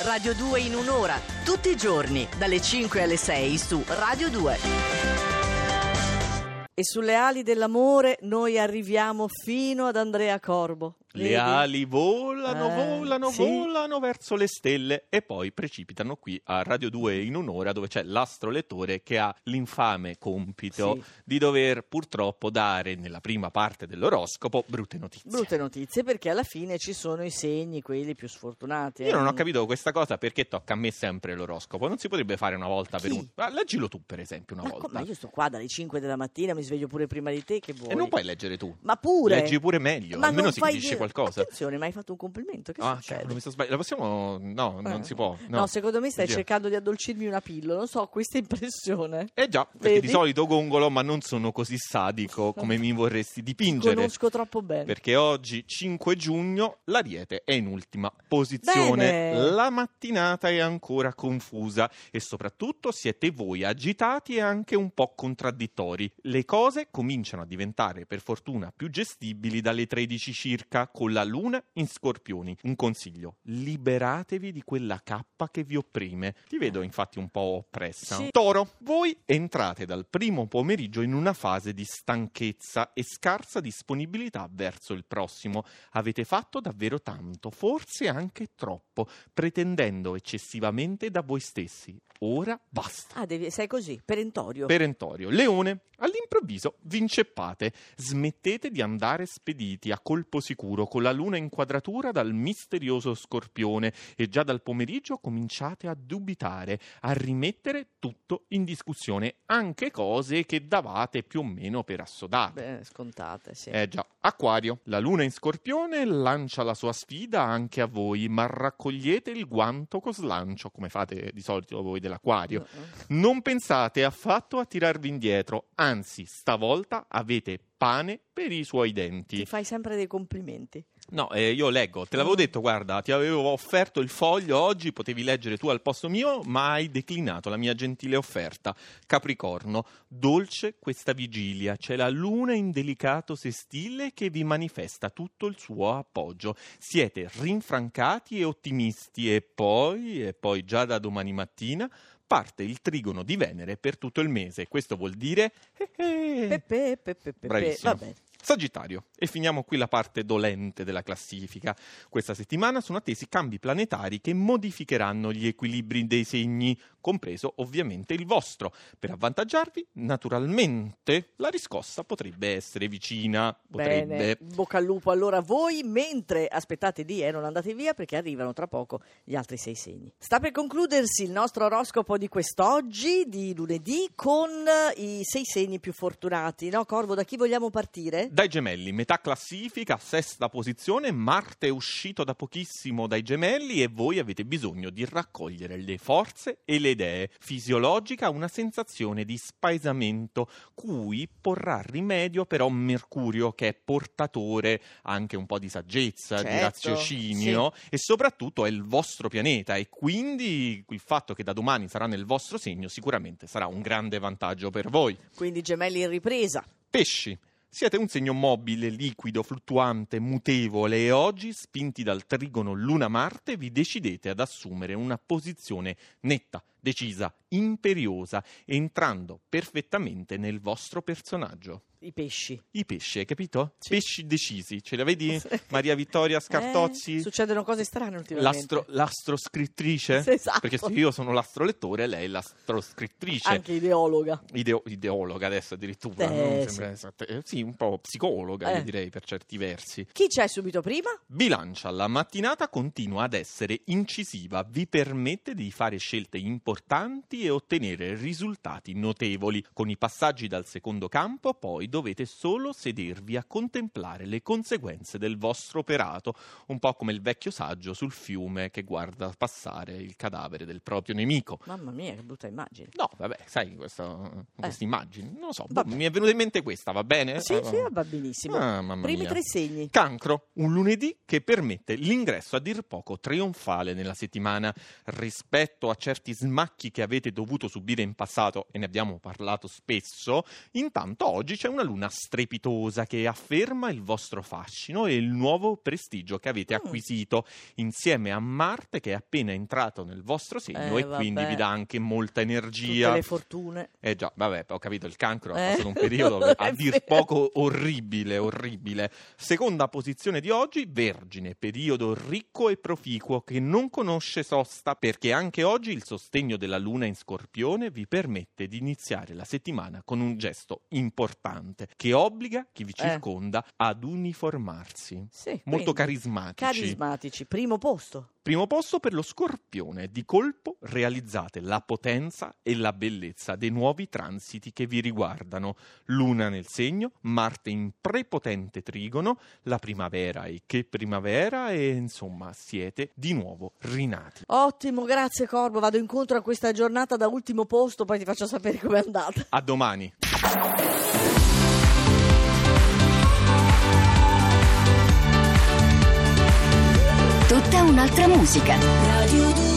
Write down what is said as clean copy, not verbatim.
Radio 2 in un'ora, tutti i giorni, dalle 5 alle 6 su Radio 2. E sulle ali dell'amore noi arriviamo fino ad Andrea Corbo. Le Vedi? ali volano, sì. volano verso le stelle e poi precipitano qui a Radio 2 in un'ora, dove c'è l'astrolettore che ha l'infame compito di dover purtroppo dare nella prima parte dell'oroscopo brutte notizie. Brutte notizie, perché alla fine ci sono i segni, quelli più sfortunati. Io non ho capito questa cosa, perché tocca a me sempre l'oroscopo. Non si potrebbe fare una volta per un... leggilo tu, per esempio, una volta. Ma io sto qua dalle 5 della mattina, mi sveglio pure prima di te, che vuoi? E non puoi leggere tu. Ma pure. Leggi pure meglio, Ma almeno non si fai capisce qualcosa. Attenzione, mi hai fatto un complimento, che succede? Cavolo, mi sto sbagliando. La possiamo... No, non si può. No, secondo me stai Oddio. cercando di addolcirmi una pillola, non so, ho questa impressione. Già, perché Vedi? di solito gongolo, ma non sono così sadico come mi vorresti dipingere. Conosco troppo bene. Perché oggi, 5 giugno, l'Ariete è in ultima posizione. Bene. La mattinata è ancora confusa e soprattutto siete voi agitati e anche un po' contraddittori. Le cose cominciano a diventare, per fortuna, più gestibili dalle 13 circa, con la Luna in Scorpioni. Un consiglio: liberatevi di quella cappa che vi opprime. Ti vedo infatti un po' oppressa. Sì. Toro, voi entrate dal primo pomeriggio in una fase di stanchezza e scarsa disponibilità verso il prossimo. Avete fatto davvero tanto, forse anche troppo, pretendendo eccessivamente da voi stessi. Ora basta. Sei così, perentorio. Perentorio. Leone, all'improvviso vi inceppate. Smettete di andare spediti a colpo sicuro con la Luna in quadratura dal misterioso Scorpione e già dal pomeriggio cominciate a dubitare, a rimettere tutto in discussione, anche cose che davate più o meno per assodate. Beh, scontate, sì. Già. Acquario, la Luna in Scorpione lancia la sua sfida anche a voi, ma raccogliete il guanto con slancio, come fate di solito voi dell'Acquario. Non pensate affatto a tirarvi indietro, anzi, stavolta avete pane per i suoi denti. Ti fai sempre dei complimenti. No, io leggo, te l'avevo detto, guarda, ti avevo offerto il foglio oggi, potevi leggere tu al posto mio, ma hai declinato la mia gentile offerta. Capricorno, dolce questa vigilia, c'è la Luna in delicato sestile che vi manifesta tutto il suo appoggio. Siete rinfrancati e ottimisti e poi già da domani mattina parte il trigono di Venere per tutto il mese. Questo vuol dire... Bravissimo. Vabbè. Sagittario, e finiamo qui la parte dolente della classifica. Questa settimana sono attesi cambi planetari che modificheranno gli equilibri dei segni, compreso ovviamente il vostro. Per avvantaggiarvi, naturalmente, la riscossa potrebbe essere vicina. Bene, bocca al lupo allora a voi, mentre aspettate non andate via perché arrivano tra poco gli altri 6 segni. Sta per concludersi il nostro oroscopo di quest'oggi, di lunedì, con i 6 segni più fortunati. No, Corvo, da chi vogliamo partire? Dai Gemelli, metà classifica, sesta posizione. Marte è uscito da pochissimo dai Gemelli e voi avete bisogno di raccogliere le forze e le idee. Fisiologica, una sensazione di spaesamento cui porrà rimedio però Mercurio, che è portatore anche un po' di saggezza, di raziocinio, e soprattutto è il vostro pianeta, e quindi il fatto che da domani sarà nel vostro segno sicuramente sarà un grande vantaggio per voi. Quindi Gemelli in ripresa. Pesci. Siete un segno mobile, liquido, fluttuante, mutevole e oggi, spinti dal trigono Luna-Marte, vi decidete ad assumere una posizione netta, decisa, imperiosa, entrando perfettamente nel vostro personaggio. I pesci. I pesci, hai capito? Sì. Pesci decisi. Ce la vedi, Maria Vittoria Scartozzi? Succedono cose strane ultimamente. L'astroscrittrice? Sì, esatto. Perché se io sono l'astrolettore, lei è l'astroscrittrice. Anche ideologa. Ideologa adesso addirittura. Non sembra esatta. Sì, un po' psicologa, io direi, per certi versi. Chi c'è subito prima? Bilancia, la mattinata continua ad essere incisiva, vi permette di fare scelte importanti e ottenere risultati notevoli. Con i passaggi dal secondo campo, poi dovete solo sedervi a contemplare le conseguenze del vostro operato, un po' come il vecchio saggio sul fiume che guarda passare il cadavere del proprio nemico. Mamma mia, che brutta immagine. No, vabbè, sai, questa immagine, non lo so, mi è venuta in mente questa, va bene? Sì, va benissimo. Primi 3 segni. Cancro, un lunedì che permette l'ingresso a dir poco trionfale nella settimana. Rispetto a certi smacchi che avete dovuto subire in passato, e ne abbiamo parlato spesso, intanto oggi c'è una luna strepitosa che afferma il vostro fascino e il nuovo prestigio che avete acquisito insieme a Marte, che è appena entrato nel vostro segno e quindi vi dà anche molta energia. Tutte le fortune. Già, vabbè, ho capito, il cancro ha passato un periodo a dir poco orribile. Seconda posizione di oggi, Vergine, periodo ricco e proficuo che non conosce sosta, perché anche oggi il sostegno della luna in Scorpione vi permette di iniziare la settimana con un gesto importante che obbliga chi vi circonda ad uniformarsi. Sì, molto quindi, carismatici. Primo posto per lo Scorpione. Di colpo realizzate la potenza e la bellezza dei nuovi transiti che vi riguardano. Luna nel segno, Marte in prepotente trigono, la primavera, e che primavera, e insomma siete di nuovo rinati. Ottimo, grazie Corbo, vado incontro a questa giornata da ultimo posto, poi ti faccio sapere com'è andata. A domani. Tutta un'altra musica. Radio 2.